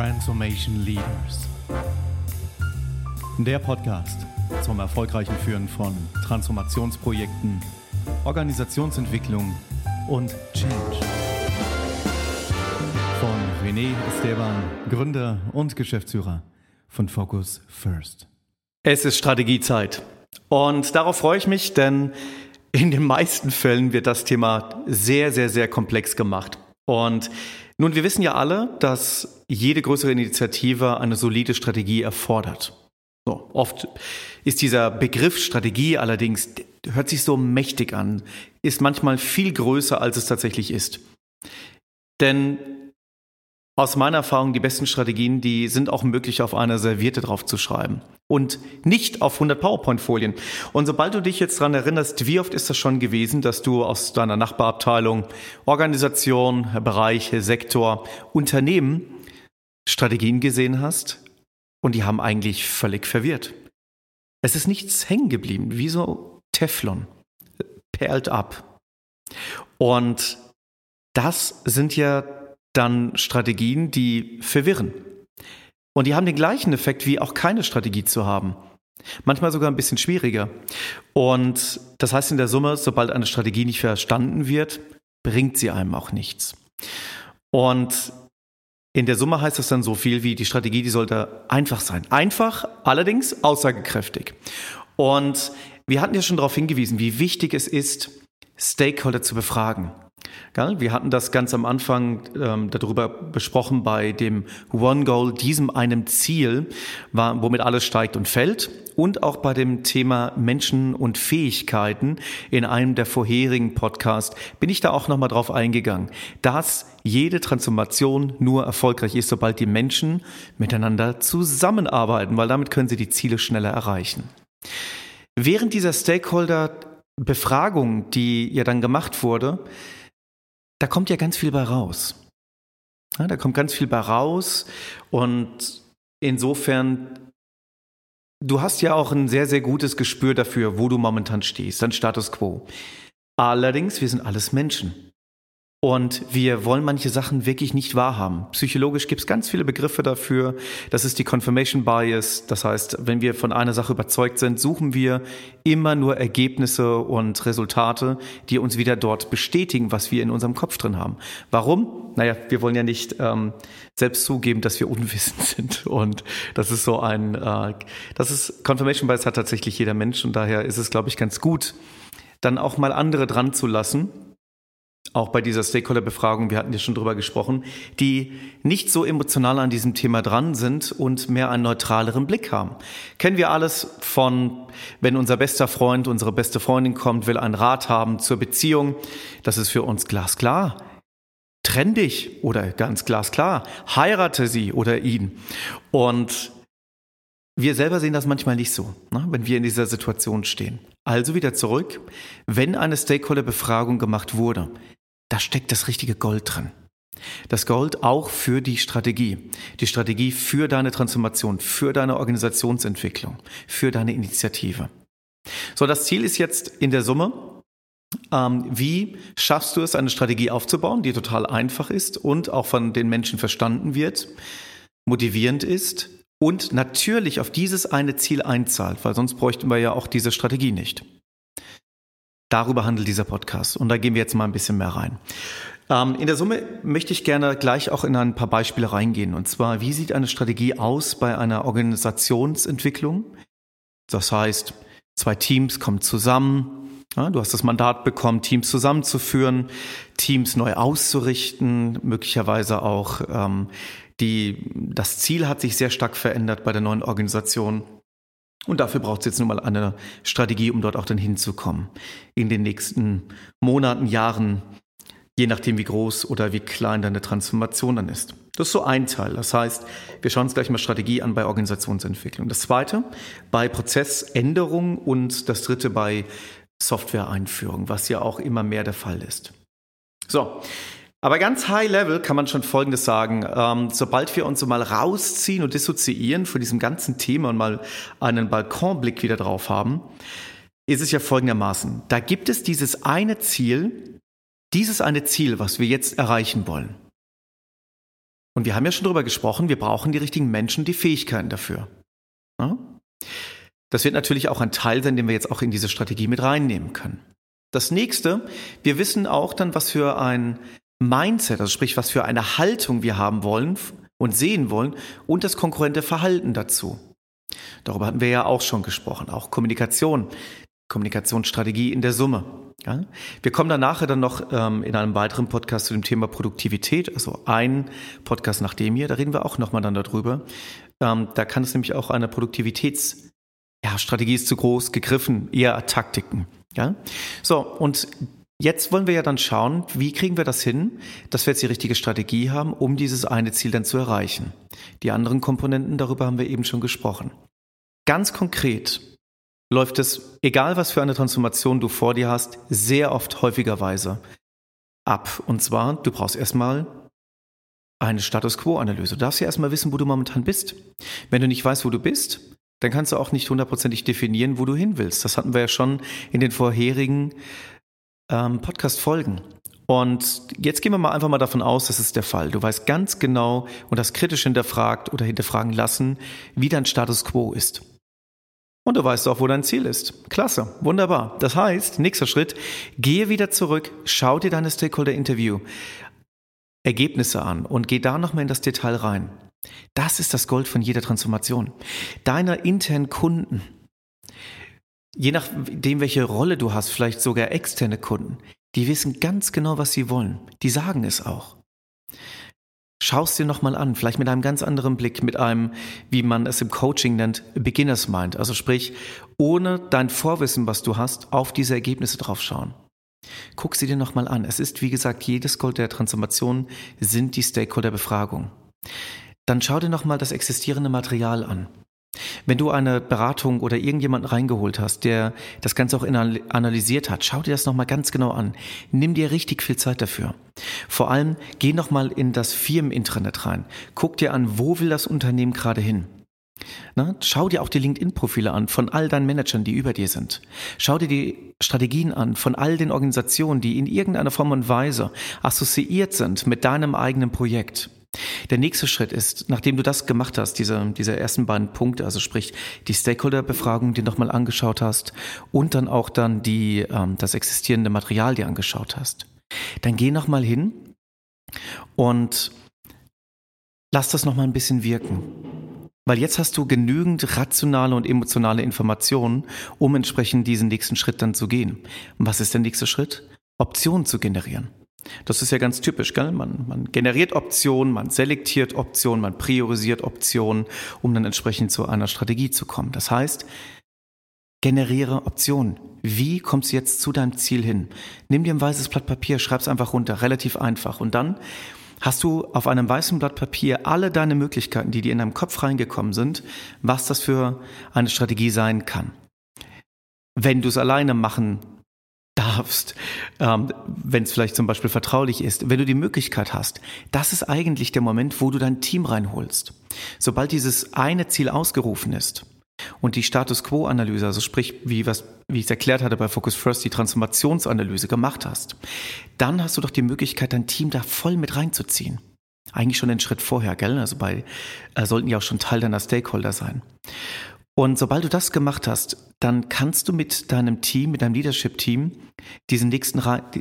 Transformation Leaders. Der Podcast zum erfolgreichen Führen von Transformationsprojekten, Organisationsentwicklung und Change. Von René Esteban, Gründer und Geschäftsführer von Focus First. Es ist Strategiezeit und darauf freue ich mich, denn in den meisten Fällen wird das Thema sehr, sehr, sehr komplex gemacht. Und nun, wir wissen ja alle, dass jede größere Initiative eine solide Strategie erfordert. So, oft ist dieser Begriff Strategie allerdings, hört sich so mächtig an, ist manchmal viel größer, als es tatsächlich ist. Denn aus meiner Erfahrung, die besten Strategien, die sind auch möglich, auf einer Serviette drauf zu schreiben und nicht auf 100 PowerPoint-Folien. Und sobald du dich jetzt daran erinnerst, wie oft ist das schon gewesen, dass du aus deiner Nachbarabteilung, Organisation, Bereich, Sektor, Unternehmen Strategien gesehen hast und die haben eigentlich völlig verwirrt. Es ist nichts hängen geblieben, wie so Teflon, perlt ab. Und das sind ja dann Strategien, die verwirren. Und die haben den gleichen Effekt, wie auch keine Strategie zu haben. Manchmal sogar ein bisschen schwieriger. Und das heißt in der Summe, sobald eine Strategie nicht verstanden wird, bringt sie einem auch nichts. Und in der Summe heißt das dann so viel wie, die Strategie, die sollte einfach sein. Einfach, allerdings aussagekräftig. Und wir hatten ja schon darauf hingewiesen, wie wichtig es ist, Stakeholder zu befragen. Wir hatten das ganz am Anfang darüber besprochen bei dem One Goal, diesem einem Ziel, womit alles steigt und fällt. Und auch bei dem Thema Menschen und Fähigkeiten in einem der vorherigen Podcasts bin ich da auch nochmal drauf eingegangen, dass jede Transformation nur erfolgreich ist, sobald die Menschen miteinander zusammenarbeiten, weil damit können sie die Ziele schneller erreichen. Während dieser Stakeholder-Befragung, die ja dann gemacht wurde, da kommt ja ganz viel bei raus. Ja, da kommt ganz viel bei raus und insofern, du hast ja auch ein sehr, sehr gutes Gespür dafür, wo du momentan stehst, dein Status quo. Allerdings, wir sind alles Menschen. Und wir wollen manche Sachen wirklich nicht wahrhaben. Psychologisch gibt es ganz viele Begriffe dafür. Das ist die Confirmation Bias. Das heißt, wenn wir von einer Sache überzeugt sind, suchen wir immer nur Ergebnisse und Resultate, die uns wieder dort bestätigen, was wir in unserem Kopf drin haben. Warum? Naja, wir wollen ja nicht selbst zugeben, dass wir unwissend sind. Und das ist so Confirmation Bias hat tatsächlich jeder Mensch. Und daher ist es, glaube ich, ganz gut, dann auch mal andere dran zu lassen. Auch bei dieser Stakeholder-Befragung, wir hatten ja schon drüber gesprochen, die nicht so emotional an diesem Thema dran sind und mehr einen neutraleren Blick haben. Kennen wir alles von, wenn unser bester Freund, unsere beste Freundin kommt, will einen Rat haben zur Beziehung. Das ist für uns glasklar. Trenn dich oder ganz glasklar, heirate sie oder ihn. Und wir selber sehen das manchmal nicht so, wenn wir in dieser Situation stehen. Also wieder zurück, wenn eine Stakeholder-Befragung gemacht wurde, da steckt das richtige Gold drin. Das Gold auch für die Strategie. Die Strategie für deine Transformation, für deine Organisationsentwicklung, für deine Initiative. So, das Ziel ist jetzt in der Summe, wie schaffst du es, eine Strategie aufzubauen, die total einfach ist und auch von den Menschen verstanden wird, motivierend ist, und natürlich auf dieses eine Ziel einzahlt, weil sonst bräuchten wir ja auch diese Strategie nicht. Darüber handelt dieser Podcast und da gehen wir jetzt mal ein bisschen mehr rein. In der Summe möchte ich gerne gleich auch in ein paar Beispiele reingehen. Und zwar, wie sieht eine Strategie aus bei einer Organisationsentwicklung? Das heißt, 2 Teams kommen zusammen. Ja, du hast das Mandat bekommen, Teams zusammenzuführen, Teams neu auszurichten, möglicherweise auch das Ziel hat sich sehr stark verändert bei der neuen Organisation. Und dafür braucht es jetzt nun mal eine Strategie, um dort auch dann hinzukommen. In den nächsten Monaten, Jahren, je nachdem wie groß oder wie klein deine Transformation dann ist. Das ist so ein Teil. Das heißt, wir schauen uns gleich mal Strategie an bei Organisationsentwicklung. Das zweite bei Prozessänderung und das dritte bei Software-Einführung, was ja auch immer mehr der Fall ist. So. Aber ganz high level kann man schon Folgendes sagen. Sobald wir uns so mal rausziehen und dissoziieren von diesem ganzen Thema und mal einen Balkonblick wieder drauf haben, ist es ja folgendermaßen. Da gibt es dieses eine Ziel, was wir jetzt erreichen wollen. Und wir haben ja schon darüber gesprochen, wir brauchen die richtigen Menschen, die Fähigkeiten dafür. Ja? Das wird natürlich auch ein Teil sein, den wir jetzt auch in diese Strategie mit reinnehmen können. Das nächste, wir wissen auch dann, was für ein Mindset, also sprich, was für eine Haltung wir haben wollen und sehen wollen und das konkurrente Verhalten dazu. Darüber hatten wir ja auch schon gesprochen, auch Kommunikationsstrategie in der Summe. Ja? Wir kommen dann nachher dann noch in einem weiteren Podcast zu dem Thema Produktivität, also ein Podcast nach dem hier, da reden wir auch nochmal dann darüber. Da kann es nämlich auch eine Strategie ist zu groß, gegriffen, eher Taktiken. Ja? So, und jetzt wollen wir ja dann schauen, wie kriegen wir das hin, dass wir jetzt die richtige Strategie haben, um dieses eine Ziel dann zu erreichen. Die anderen Komponenten, darüber haben wir eben schon gesprochen. Ganz konkret läuft es, egal was für eine Transformation du vor dir hast, sehr oft häufigerweise ab. Und zwar, du brauchst erstmal eine Status-Quo-Analyse. Du darfst ja erstmal wissen, wo du momentan bist. Wenn du nicht weißt, wo du bist, dann kannst du auch nicht hundertprozentig definieren, wo du hin willst. Das hatten wir ja schon in den vorherigen Podcast-Folgen. Und jetzt gehen wir mal einfach mal davon aus, das ist der Fall. Du weißt ganz genau und das kritisch hinterfragt oder hinterfragen lassen, wie dein Status Quo ist. Und du weißt auch, wo dein Ziel ist. Klasse, wunderbar. Das heißt, nächster Schritt, gehe wieder zurück, schau dir deine Stakeholder-Interview-Ergebnisse an und geh da nochmal in das Detail rein. Das ist das Gold von jeder Transformation. Deine internen Kunden, je nachdem, welche Rolle du hast, vielleicht sogar externe Kunden, die wissen ganz genau, was sie wollen. Die sagen es auch. Schau es dir nochmal an, vielleicht mit einem ganz anderen Blick, mit einem, wie man es im Coaching nennt, Beginner's Mind. Also sprich, ohne dein Vorwissen, was du hast, auf diese Ergebnisse drauf schauen. Guck sie dir nochmal an. Es ist, wie gesagt, jedes Gold der Transformation sind die Stakeholder-Befragungen. Dann schau dir nochmal das existierende Material an. Wenn du eine Beratung oder irgendjemanden reingeholt hast, der das Ganze auch analysiert hat, schau dir das nochmal ganz genau an. Nimm dir richtig viel Zeit dafür. Vor allem geh nochmal in das Firmen-Intranet rein. Guck dir an, wo will das Unternehmen gerade hin? Na, schau dir auch die LinkedIn-Profile an von all deinen Managern, die über dir sind. Schau dir die Strategien an von all den Organisationen, die in irgendeiner Form und Weise assoziiert sind mit deinem eigenen Projekt. Der nächste Schritt ist, nachdem du das gemacht hast, diese ersten beiden Punkte, also sprich die Stakeholder-Befragung, die nochmal angeschaut hast und dann auch dann das existierende Material dir angeschaut hast, dann geh nochmal hin und lass das nochmal ein bisschen wirken. Weil jetzt hast du genügend rationale und emotionale Informationen, um entsprechend diesen nächsten Schritt dann zu gehen. Und was ist der nächste Schritt? Optionen zu generieren. Das ist ja ganz typisch, gell? Man generiert Optionen, man selektiert Optionen, man priorisiert Optionen, um dann entsprechend zu einer Strategie zu kommen. Das heißt, generiere Optionen. Wie kommst du jetzt zu deinem Ziel hin? Nimm dir ein weißes Blatt Papier, schreib's einfach runter, relativ einfach. Und dann hast du auf einem weißen Blatt Papier alle deine Möglichkeiten, die dir in deinem Kopf reingekommen sind, was das für eine Strategie sein kann. Wenn du es alleine machen darfst, wenn es vielleicht zum Beispiel vertraulich ist, wenn du die Möglichkeit hast, das ist eigentlich der Moment, wo du dein Team reinholst. Sobald dieses eine Ziel ausgerufen ist und die Status-Quo-Analyse, also sprich, wie ich es erklärt hatte bei Focus First, die Transformationsanalyse gemacht hast, dann hast du doch die Möglichkeit, dein Team da voll mit reinzuziehen. Eigentlich schon den Schritt vorher, gell? Also sollten ja auch schon Teil deiner Stakeholder sein. Und sobald du das gemacht hast, dann kannst du mit deinem Team, mit deinem Leadership-Team diesen nächsten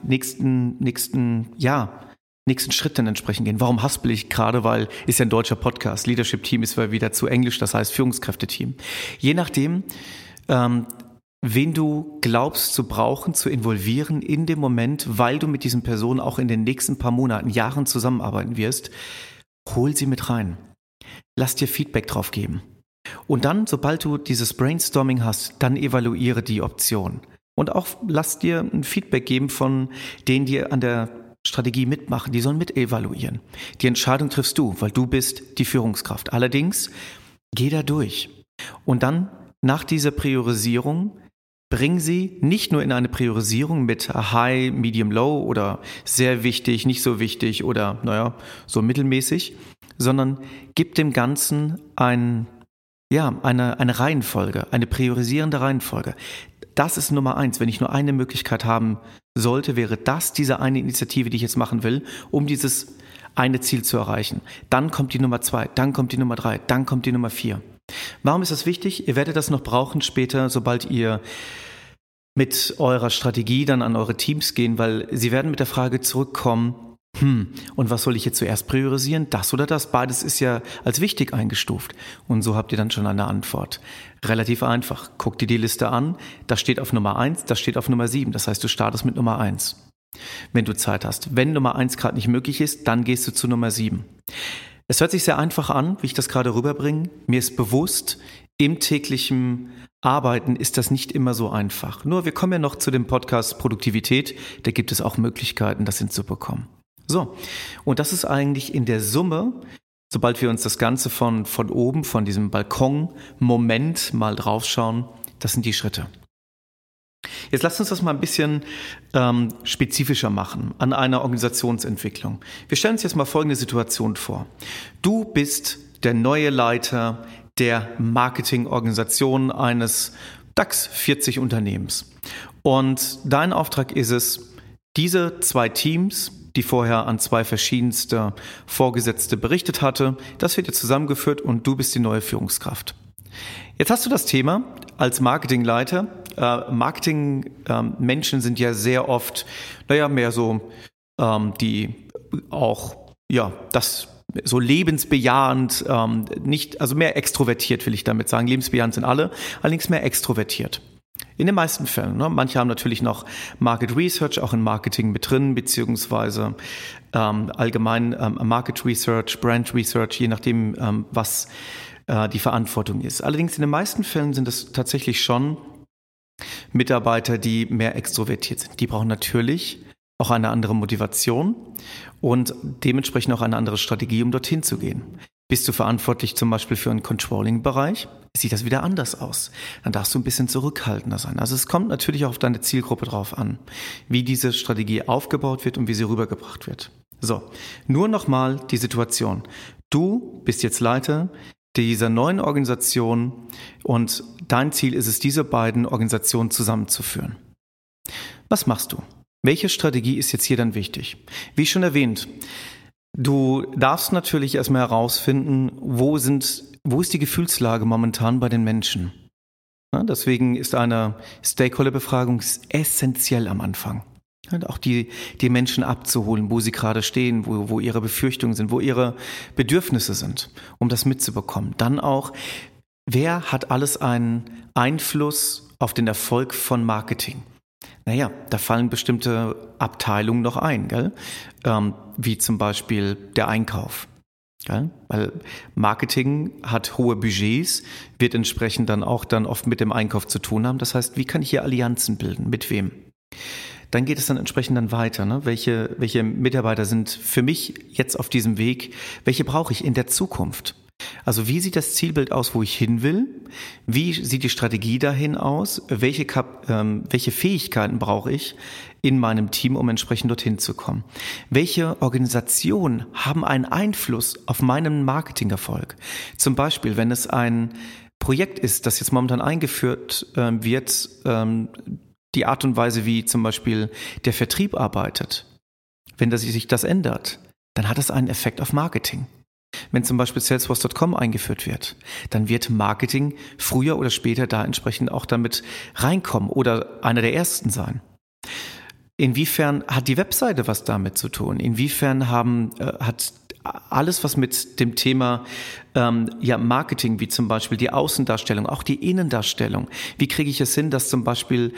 Schritt dann entsprechend gehen. Warum haspel ich gerade? Weil ist ja ein deutscher Podcast. Leadership-Team ist wieder zu Englisch, das heißt Führungskräfteteam. Je nachdem, wen du glaubst zu brauchen, zu involvieren in dem Moment, weil du mit diesen Personen auch in den nächsten paar Monaten, Jahren zusammenarbeiten wirst, hol sie mit rein. Lass dir Feedback drauf geben. Und dann, sobald du dieses Brainstorming hast, dann evaluiere die Option. Und auch lass dir ein Feedback geben von denen, die an der Strategie mitmachen. Die sollen mit evaluieren. Die Entscheidung triffst du, weil du bist die Führungskraft. Allerdings, geh da durch. Und dann, nach dieser Priorisierung, bring sie nicht nur in eine Priorisierung mit High, Medium, Low oder sehr wichtig, nicht so wichtig oder, so mittelmäßig, sondern gib dem Ganzen eine Reihenfolge, eine priorisierende Reihenfolge. Das ist Nummer 1. Wenn ich nur eine Möglichkeit haben sollte, wäre das diese eine Initiative, die ich jetzt machen will, um dieses eine Ziel zu erreichen. Dann kommt die Nummer 2, dann kommt die Nummer 3, dann kommt die Nummer 4. Warum ist das wichtig? Ihr werdet das noch brauchen später, sobald ihr mit eurer Strategie dann an eure Teams gehen, weil sie werden mit der Frage zurückkommen, und was soll ich jetzt zuerst priorisieren? Das oder das? Beides ist ja als wichtig eingestuft. Und so habt ihr dann schon eine Antwort. Relativ einfach. Guck dir die Liste an. Das steht auf Nummer 1, das steht auf Nummer 7. Das heißt, du startest mit Nummer 1, wenn du Zeit hast. Wenn Nummer 1 gerade nicht möglich ist, dann gehst du zu Nummer 7. Es hört sich sehr einfach an, wie ich das gerade rüberbringe. Mir ist bewusst, im täglichen Arbeiten ist das nicht immer so einfach. Nur wir kommen ja noch zu dem Podcast Produktivität. Da gibt es auch Möglichkeiten, das hinzubekommen. So, und das ist eigentlich in der Summe, sobald wir uns das Ganze von oben, von diesem Balkon-Moment mal draufschauen, das sind die Schritte. Jetzt lasst uns das mal ein bisschen spezifischer machen an einer Organisationsentwicklung. Wir stellen uns jetzt mal folgende Situation vor. Du bist der neue Leiter der Marketingorganisation eines DAX 40 Unternehmens. Und dein Auftrag ist es, diese 2 Teams, die vorher an 2 verschiedenste Vorgesetzte berichtet hatte, das wird jetzt zusammengeführt und du bist die neue Führungskraft. Jetzt hast du das Thema als Marketingleiter. Marketingmenschen sind ja sehr oft, mehr so, die auch, das so lebensbejahend, mehr extrovertiert will ich damit sagen. Lebensbejahend sind alle, allerdings mehr extrovertiert. In den meisten Fällen. Ne? Manche haben natürlich noch Market Research auch in Marketing mit drin, beziehungsweise allgemein Market Research, Brand Research, je nachdem, was die Verantwortung ist. Allerdings in den meisten Fällen sind es tatsächlich schon Mitarbeiter, die mehr extrovertiert sind. Die brauchen natürlich auch eine andere Motivation und dementsprechend auch eine andere Strategie, um dorthin zu gehen. Bist du verantwortlich zum Beispiel für einen Controlling-Bereich? Sieht das wieder anders aus. Dann darfst du ein bisschen zurückhaltender sein. Also es kommt natürlich auch auf deine Zielgruppe drauf an, wie diese Strategie aufgebaut wird und wie sie rübergebracht wird. So, nur nochmal die Situation. Du bist jetzt Leiter dieser neuen Organisation und dein Ziel ist es, diese beiden Organisationen zusammenzuführen. Was machst du? Welche Strategie ist jetzt hier dann wichtig? Wie schon erwähnt, du darfst natürlich erstmal herausfinden, wo ist die Gefühlslage momentan bei den Menschen. Ja, deswegen ist eine Stakeholder-Befragung essentiell am Anfang. Ja, auch die Menschen abzuholen, wo sie gerade stehen, wo ihre Befürchtungen sind, wo ihre Bedürfnisse sind, um das mitzubekommen. Dann auch, wer hat alles einen Einfluss auf den Erfolg von Marketing? Da fallen bestimmte Abteilungen noch ein, gell? Wie zum Beispiel der Einkauf. Gell? Weil Marketing hat hohe Budgets, wird entsprechend dann oft mit dem Einkauf zu tun haben. Das heißt, wie kann ich hier Allianzen bilden? Mit wem? Dann geht es dann entsprechend dann weiter. Ne? Welche Mitarbeiter sind für mich jetzt auf diesem Weg? Welche brauche ich in der Zukunft? Also wie sieht das Zielbild aus, wo ich hin will? Wie sieht die Strategie dahin aus? Welche Fähigkeiten brauche ich in meinem Team, um entsprechend dorthin zu kommen? Welche Organisationen haben einen Einfluss auf meinen Marketingerfolg? Zum Beispiel, wenn es ein Projekt ist, das jetzt momentan eingeführt wird, die Art und Weise, wie zum Beispiel der Vertrieb arbeitet, wenn sich das ändert, dann hat das einen Effekt auf Marketing. Wenn zum Beispiel Salesforce.com eingeführt wird, dann wird Marketing früher oder später da entsprechend auch damit reinkommen oder einer der ersten sein. Inwiefern hat die Webseite was damit zu tun? Inwiefern hat alles, was mit dem Thema Marketing, wie zum Beispiel die Außendarstellung, auch die Innendarstellung, wie kriege ich es hin, dass zum Beispiel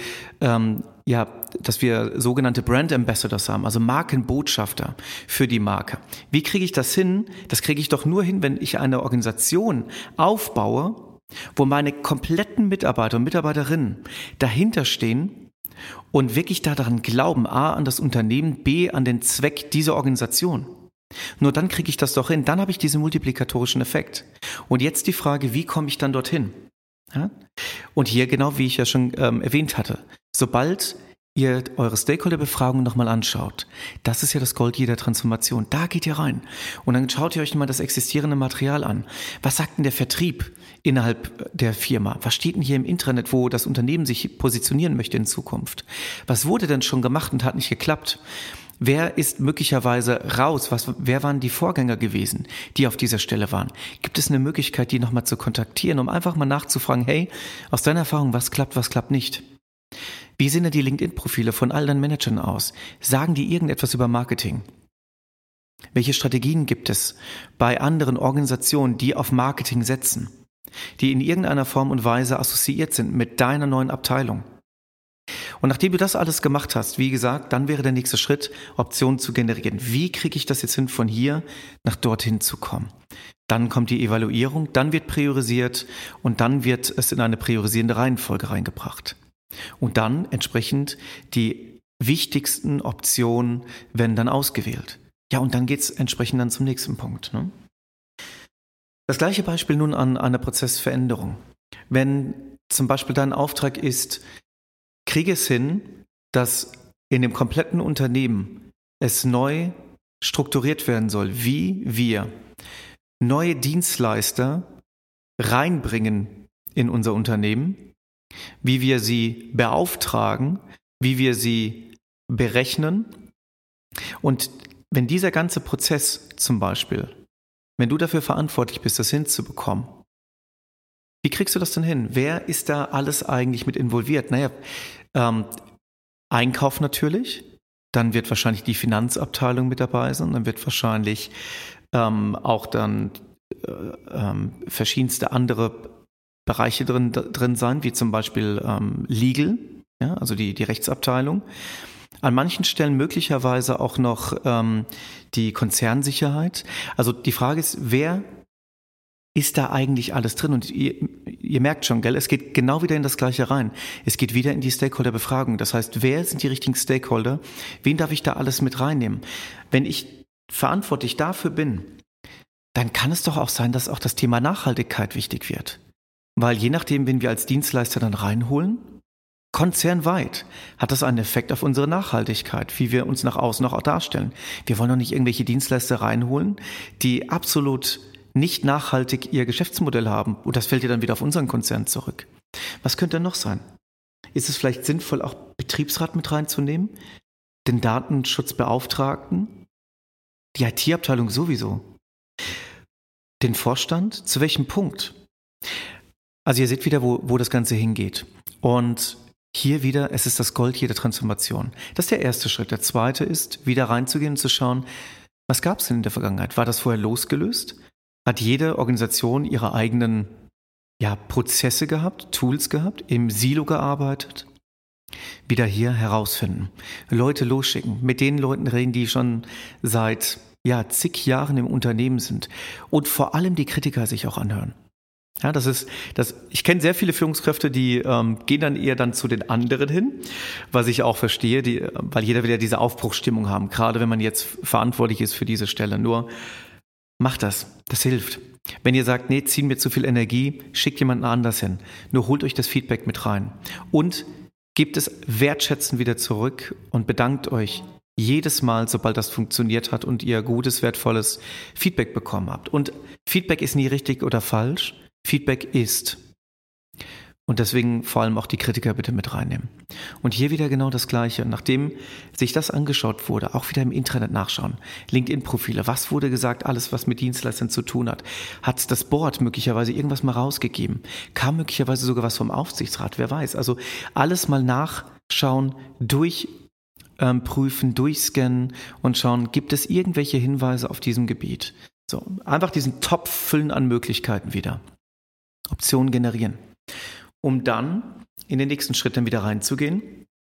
dass wir sogenannte Brand Ambassadors haben, also Markenbotschafter für die Marke. Wie kriege ich das hin? Das kriege ich doch nur hin, wenn ich eine Organisation aufbaue, wo meine kompletten Mitarbeiter und Mitarbeiterinnen dahinter stehen und wirklich daran glauben, A, an das Unternehmen, B, an den Zweck dieser Organisation. Nur dann kriege ich das doch hin, dann habe ich diesen multiplikatorischen Effekt. Und jetzt die Frage, wie komme ich dann dorthin? Ja? Und hier genau, wie ich ja schon erwähnt hatte, sobald ihr eure Stakeholder-Befragung nochmal anschaut, das ist ja das Gold jeder Transformation, da geht ihr rein. Und dann schaut ihr euch mal das existierende Material an. Was sagt denn der Vertrieb innerhalb der Firma? Was steht denn hier im Intranet, wo das Unternehmen sich positionieren möchte in Zukunft? Was wurde denn schon gemacht und hat nicht geklappt? Wer ist möglicherweise raus? Wer waren die Vorgänger gewesen, die auf dieser Stelle waren? Gibt es eine Möglichkeit, die nochmal zu kontaktieren, um einfach mal nachzufragen, hey, aus deiner Erfahrung, was klappt nicht? Wie sehen denn die LinkedIn-Profile von all deinen Managern aus? Sagen die irgendetwas über Marketing? Welche Strategien gibt es bei anderen Organisationen, die auf Marketing setzen, die in irgendeiner Form und Weise assoziiert sind mit deiner neuen Abteilung? Und nachdem du das alles gemacht hast, wie gesagt, dann wäre der nächste Schritt, Optionen zu generieren. Wie kriege ich das jetzt hin, von hier nach dorthin zu kommen? Dann kommt die Evaluierung, dann wird priorisiert und dann wird es in eine priorisierende Reihenfolge reingebracht. Und dann entsprechend die wichtigsten Optionen werden dann ausgewählt. Ja, und dann geht es entsprechend dann zum nächsten Punkt. Ne? Das gleiche Beispiel nun an einer Prozessveränderung. Wenn zum Beispiel dein Auftrag ist, kriege es hin, dass in dem kompletten Unternehmen es neu strukturiert werden soll, wie wir neue Dienstleister reinbringen in unser Unternehmen, wie wir sie beauftragen, wie wir sie berechnen. Und wenn dieser ganze Prozess zum Beispiel, wenn du dafür verantwortlich bist, das hinzubekommen, wie kriegst du das denn hin? Wer ist da alles eigentlich mit involviert? Naja, Einkauf natürlich, dann wird wahrscheinlich die Finanzabteilung mit dabei sein, dann wird wahrscheinlich auch dann verschiedenste andere Bereiche drin sein, wie zum Beispiel Legal, ja, also die Rechtsabteilung. An manchen Stellen möglicherweise auch noch die Konzernsicherheit. Also die Frage ist, wer ist da eigentlich alles drin? Und ihr merkt schon, gell, es geht genau wieder in das Gleiche rein. Es geht wieder in die Stakeholder-Befragung. Das heißt, wer sind die richtigen Stakeholder? Wen darf ich da alles mit reinnehmen? Wenn ich verantwortlich dafür bin, dann kann es doch auch sein, dass auch das Thema Nachhaltigkeit wichtig wird. Weil je nachdem, wen wir als Dienstleister dann reinholen, konzernweit hat das einen Effekt auf unsere Nachhaltigkeit, wie wir uns nach außen auch darstellen. Wir wollen doch nicht irgendwelche Dienstleister reinholen, die absolut nicht nachhaltig ihr Geschäftsmodell haben. Und das fällt ja dann wieder auf unseren Konzern zurück. Was könnte denn noch sein? Ist es vielleicht sinnvoll, auch Betriebsrat mit reinzunehmen? Den Datenschutzbeauftragten? Die IT-Abteilung sowieso? Den Vorstand? Zu welchem Punkt? Also ihr seht wieder, wo das Ganze hingeht. Und hier wieder, es ist das Gold jeder Transformation. Das ist der erste Schritt. Der zweite ist, wieder reinzugehen und zu schauen, was gab es denn in der Vergangenheit? War das vorher losgelöst? Hat jede Organisation ihre eigenen Prozesse gehabt, Tools gehabt, im Silo gearbeitet? Wieder hier herausfinden. Leute losschicken, mit den Leuten reden, die schon seit zig Jahren im Unternehmen sind. Und vor allem die Kritiker sich auch anhören. Ja, ich kenne sehr viele Führungskräfte, die gehen dann eher dann zu den anderen hin, was ich auch verstehe, weil jeder will ja diese Aufbruchsstimmung haben, gerade wenn man jetzt verantwortlich ist für diese Stelle. Nur macht das hilft. Wenn ihr sagt, nee, ziehen mir zu viel Energie, schickt jemanden anders hin. Nur holt euch das Feedback mit rein. Und gebt es wertschätzend wieder zurück und bedankt euch jedes Mal, sobald das funktioniert hat und ihr gutes, wertvolles Feedback bekommen habt. Und Feedback ist nie richtig oder falsch. Feedback ist. Und deswegen vor allem auch die Kritiker bitte mit reinnehmen. Und hier wieder genau das Gleiche. Nachdem sich das angeschaut wurde, auch wieder im Internet nachschauen. LinkedIn-Profile, was wurde gesagt, alles was mit Dienstleistern zu tun hat. Hat das Board möglicherweise irgendwas mal rausgegeben? Kam möglicherweise sogar was vom Aufsichtsrat? Wer weiß. Also alles mal nachschauen, durchprüfen, durchscannen und schauen, gibt es irgendwelche Hinweise auf diesem Gebiet? So, einfach diesen Topf füllen an Möglichkeiten wieder. Optionen generieren. Um dann in den nächsten Schritt dann wieder reinzugehen,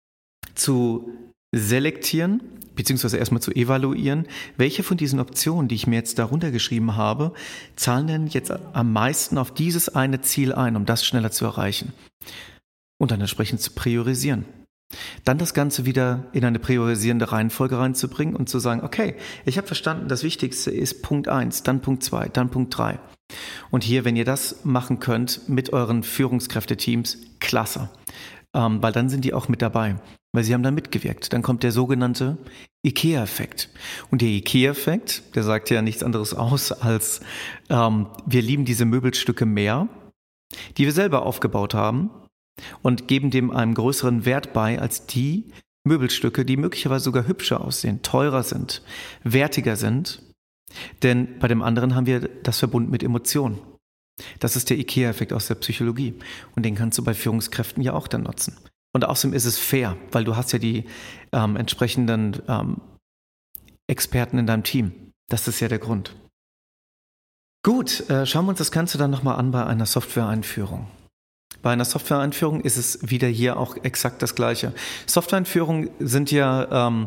zu selektieren, beziehungsweise erstmal zu evaluieren, welche von diesen Optionen, die ich mir jetzt darunter geschrieben habe, zahlen denn jetzt am meisten auf dieses eine Ziel ein, um das schneller zu erreichen. Und dann entsprechend zu priorisieren. Dann das Ganze wieder in eine priorisierende Reihenfolge reinzubringen und zu sagen, okay, ich habe verstanden, das Wichtigste ist Punkt 1, dann Punkt 2, dann Punkt 3. Und hier, wenn ihr das machen könnt mit euren Führungskräfteteams, klasse. Weil dann sind die auch mit dabei, weil sie haben da mitgewirkt. Dann kommt der sogenannte IKEA-Effekt. Und der IKEA-Effekt, der sagt ja nichts anderes aus als, wir lieben diese Möbelstücke mehr, die wir selber aufgebaut haben, und geben dem einen größeren Wert bei als die Möbelstücke, die möglicherweise sogar hübscher aussehen, teurer sind, wertiger sind. Denn bei dem anderen haben wir das verbunden mit Emotionen. Das ist der IKEA-Effekt aus der Psychologie. Und den kannst du bei Führungskräften ja auch dann nutzen. Und außerdem ist es fair, weil du hast ja die entsprechenden Experten in deinem Team. Das ist ja der Grund. Gut, schauen wir uns das Ganze dann nochmal an bei einer Software-Einführung. Bei einer Software-Einführung ist es wieder hier auch exakt das Gleiche. Software-Einführungen sind ja,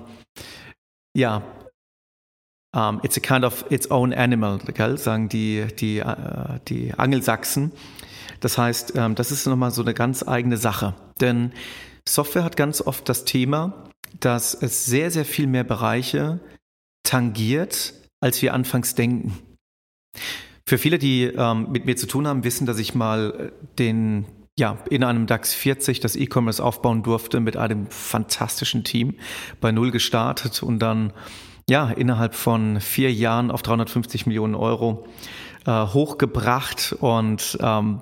it's a kind of its own animal, gell? Sagen die Angelsachsen. Das heißt, das ist nochmal so eine ganz eigene Sache. Denn Software hat ganz oft das Thema, dass es sehr, sehr viel mehr Bereiche tangiert, als wir anfangs denken. Für viele, die mit mir zu tun haben, wissen, dass ich mal in einem DAX 40 das E-Commerce aufbauen durfte mit einem fantastischen Team, bei Null gestartet und dann innerhalb von 4 Jahren auf 350 Millionen Euro hochgebracht und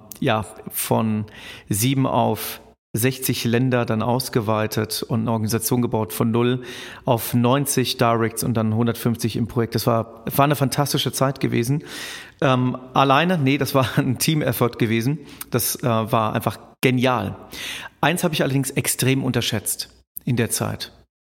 von 7 auf 60 Länder dann ausgeweitet und eine Organisation gebaut von 0 auf 90 Directs und dann 150 im Projekt. Das war eine fantastische Zeit gewesen. Alleine? Nee, das war ein Team-Effort gewesen. Das war einfach genial. Eins habe ich allerdings extrem unterschätzt in der Zeit.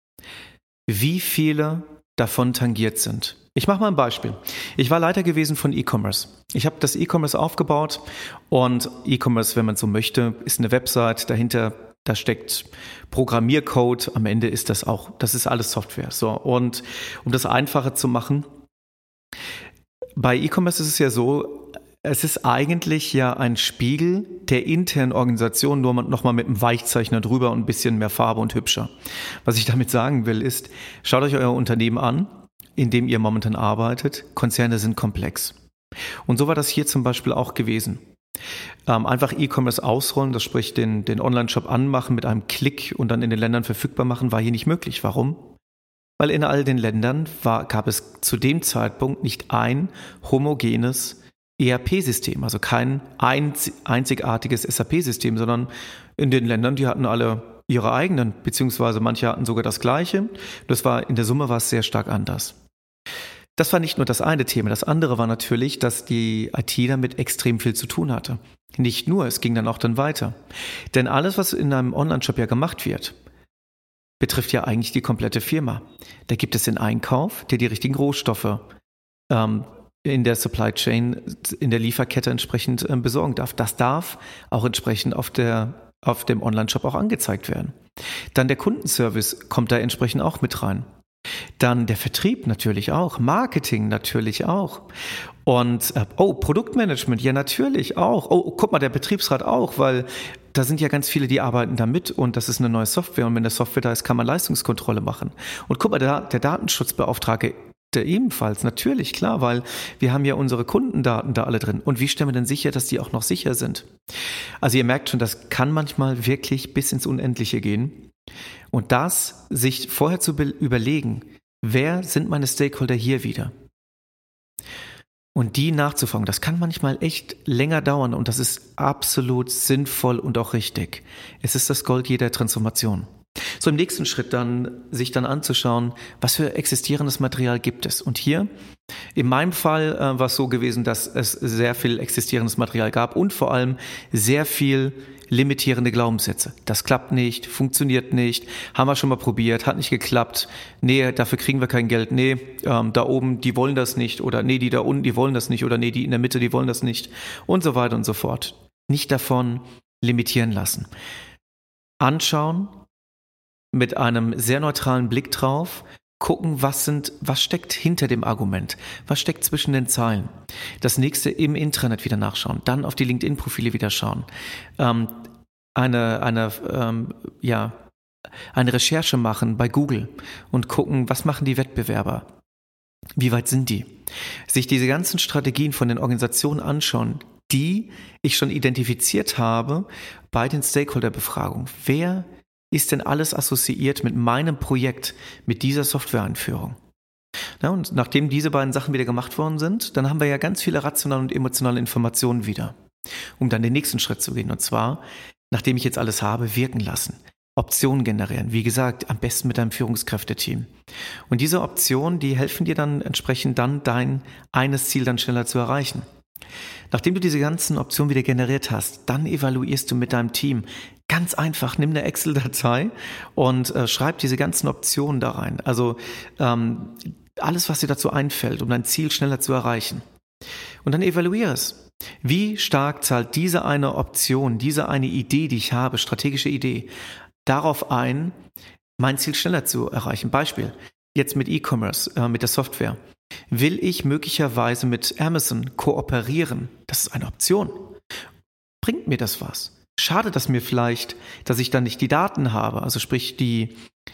Wie viele davon tangiert sind. Ich mache mal ein Beispiel. Ich war Leiter gewesen von E-Commerce. Ich habe das E-Commerce aufgebaut und E-Commerce, wenn man so möchte, ist eine Website. Dahinter, da steckt Programmiercode. Am Ende ist das ist alles Software. So, und um das einfacher zu machen, bei E-Commerce ist es ja so, es ist eigentlich ja ein Spiegel der internen Organisation, nur nochmal mit einem Weichzeichner drüber und ein bisschen mehr Farbe und hübscher. Was ich damit sagen will, ist, schaut euch euer Unternehmen an, in dem ihr momentan arbeitet. Konzerne sind komplex. Und so war das hier zum Beispiel auch gewesen. Einfach E-Commerce ausrollen, das sprich den Online-Shop anmachen mit einem Klick und dann in den Ländern verfügbar machen, war hier nicht möglich. Warum? Weil in all den Ländern gab es zu dem Zeitpunkt nicht ein homogenes ERP-System, also kein einzigartiges SAP-System, sondern in den Ländern, die hatten alle ihre eigenen, beziehungsweise manche hatten sogar das Gleiche. In der Summe war es sehr stark anders. Das war nicht nur das eine Thema. Das andere war natürlich, dass die IT damit extrem viel zu tun hatte. Nicht nur, es ging dann auch weiter. Denn alles, was in einem Online-Shop ja gemacht wird, betrifft ja eigentlich die komplette Firma. Da gibt es den Einkauf, der die richtigen Rohstoffe in der Supply Chain, in der Lieferkette entsprechend besorgen darf. Das darf auch entsprechend auf dem Online-Shop auch angezeigt werden. Dann der Kundenservice kommt da entsprechend auch mit rein. Dann der Vertrieb natürlich auch, Marketing natürlich auch. Und Produktmanagement, ja natürlich auch. Oh, guck mal, der Betriebsrat auch, weil da sind ja ganz viele, die arbeiten da mit und das ist eine neue Software und wenn eine Software da ist, kann man Leistungskontrolle machen. Und guck mal, der Datenschutzbeauftragte ebenfalls, natürlich, klar, weil wir haben ja unsere Kundendaten da alle drin. Und wie stellen wir denn sicher, dass die auch noch sicher sind? Also ihr merkt schon, das kann manchmal wirklich bis ins Unendliche gehen. Und das sich vorher zu überlegen, wer sind meine Stakeholder hier wieder? Und die nachzufragen, das kann manchmal echt länger dauern und das ist absolut sinnvoll und auch richtig. Es ist das Gold jeder Transformation. So im nächsten Schritt sich dann anzuschauen, was für existierendes Material gibt es. Und hier, in meinem Fall war es so gewesen, dass es sehr viel existierendes Material gab und vor allem sehr viel limitierende Glaubenssätze. Das klappt nicht, funktioniert nicht, haben wir schon mal probiert, hat nicht geklappt. Nee, dafür kriegen wir kein Geld. Nee, da oben, die wollen das nicht. Oder nee, die da unten, die wollen das nicht. Oder nee, die in der Mitte, die wollen das nicht. Und so weiter und so fort. Nicht davon limitieren lassen. Anschauen, mit einem sehr neutralen Blick drauf, gucken, was steckt hinter dem Argument, was steckt zwischen den Zeilen. Das nächste im Intranet wieder nachschauen, dann auf die LinkedIn-Profile wieder schauen, eine Recherche machen bei Google und gucken, was machen die Wettbewerber, wie weit sind die, sich diese ganzen Strategien von den Organisationen anschauen, die ich schon identifiziert habe bei den Stakeholder-Befragungen. Wer ist denn alles assoziiert mit meinem Projekt, mit dieser Softwareeinführung? Ja, und nachdem diese beiden Sachen wieder gemacht worden sind, dann haben wir ja ganz viele rationale und emotionale Informationen wieder, um dann den nächsten Schritt zu gehen. Und zwar, nachdem ich jetzt alles habe, wirken lassen. Optionen generieren. Wie gesagt, am besten mit deinem Führungskräfteteam. Und diese Optionen, die helfen dir dann entsprechend dann dein eines Ziel dann schneller zu erreichen. Nachdem du diese ganzen Optionen wieder generiert hast, dann evaluierst du mit deinem Team. Ganz einfach, nimm eine Excel-Datei und schreib diese ganzen Optionen da rein. Also alles, was dir dazu einfällt, um dein Ziel schneller zu erreichen. Und dann evaluiere es. Wie stark zahlt diese eine Option, diese eine Idee, die ich habe, strategische Idee, darauf ein, mein Ziel schneller zu erreichen? Beispiel, jetzt mit E-Commerce, mit der Software. Will ich möglicherweise mit Amazon kooperieren? Das ist eine Option. Bringt mir das was? Schade das mir vielleicht, dass ich dann nicht die Daten habe, also sprich die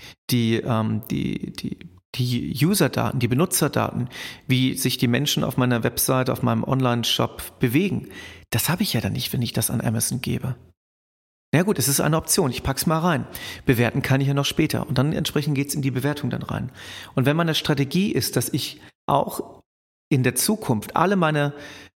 User-Daten, die Benutzerdaten, wie sich die Menschen auf meiner Website, auf meinem Online-Shop bewegen. Das habe ich ja dann nicht, wenn ich das an Amazon gebe. Na gut, es ist eine Option, ich pack's mal rein. Bewerten kann ich ja noch später und dann entsprechend geht's in die Bewertung dann rein. Und wenn meine Strategie ist, dass ich auch in der Zukunft alle meine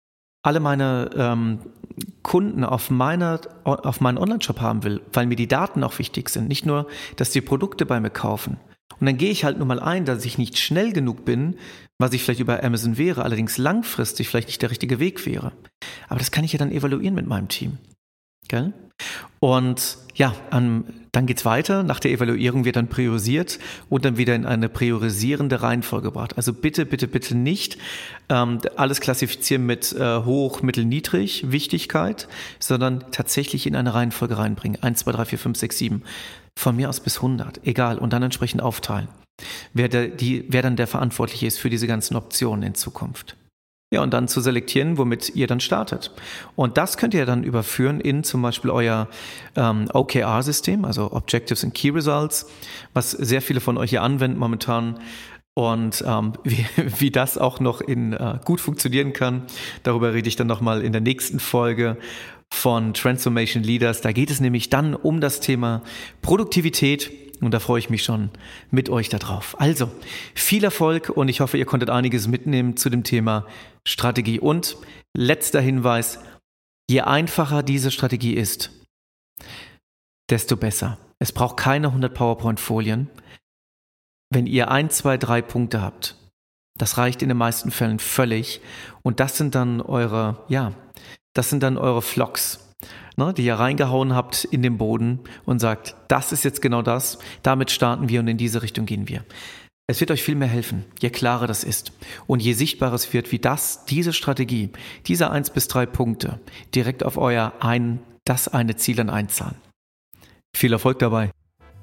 Kunden auf meinen Online-Shop haben will, weil mir die Daten auch wichtig sind, nicht nur, dass die Produkte bei mir kaufen. Und dann gehe ich halt nur mal ein, dass ich nicht schnell genug bin, was ich vielleicht über Amazon wäre, allerdings langfristig vielleicht nicht der richtige Weg wäre. Aber das kann ich ja dann evaluieren mit meinem Team. Gell? Und ja, dann geht's weiter. Nach der Evaluierung wird dann priorisiert und dann wieder in eine priorisierende Reihenfolge gebracht. Also bitte, bitte, bitte nicht alles klassifizieren mit hoch, mittel, niedrig, Wichtigkeit, sondern tatsächlich in eine Reihenfolge reinbringen. 1, 2, 3, 4, 5, 6, 7. Von mir aus bis 100. Egal. Und dann entsprechend aufteilen. Wer dann der Verantwortliche ist für diese ganzen Optionen in Zukunft. Ja, und dann zu selektieren, womit ihr dann startet. Und das könnt ihr dann überführen in zum Beispiel euer OKR-System, also Objectives and Key Results, was sehr viele von euch hier anwenden momentan. Und wie das auch noch gut funktionieren kann, darüber rede ich dann nochmal in der nächsten Folge von Transformation Leaders. Da geht es nämlich dann um das Thema Produktivität. Und da freue ich mich schon mit euch da drauf. Also, viel Erfolg und ich hoffe, ihr konntet einiges mitnehmen zu dem Thema Strategie. Und letzter Hinweis, je einfacher diese Strategie ist, desto besser. Es braucht keine 100 PowerPoint-Folien. Wenn ihr 1, 2, 3 Punkte habt, das reicht in den meisten Fällen völlig. Und das sind dann eure Flocks, die ihr reingehauen habt in den Boden und sagt, das ist jetzt genau das, damit starten wir und in diese Richtung gehen wir. Es wird euch viel mehr helfen, je klarer das ist und je sichtbarer es wird, wie diese Strategie, diese 1 bis 3 Punkte direkt auf das eine Ziel dann einzahlen. Viel Erfolg dabei.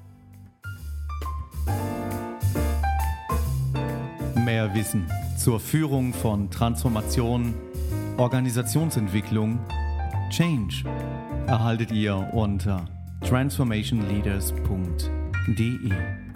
Mehr Wissen zur Führung von Transformation, Organisationsentwicklung, Change erhaltet ihr unter transformationleaders.de.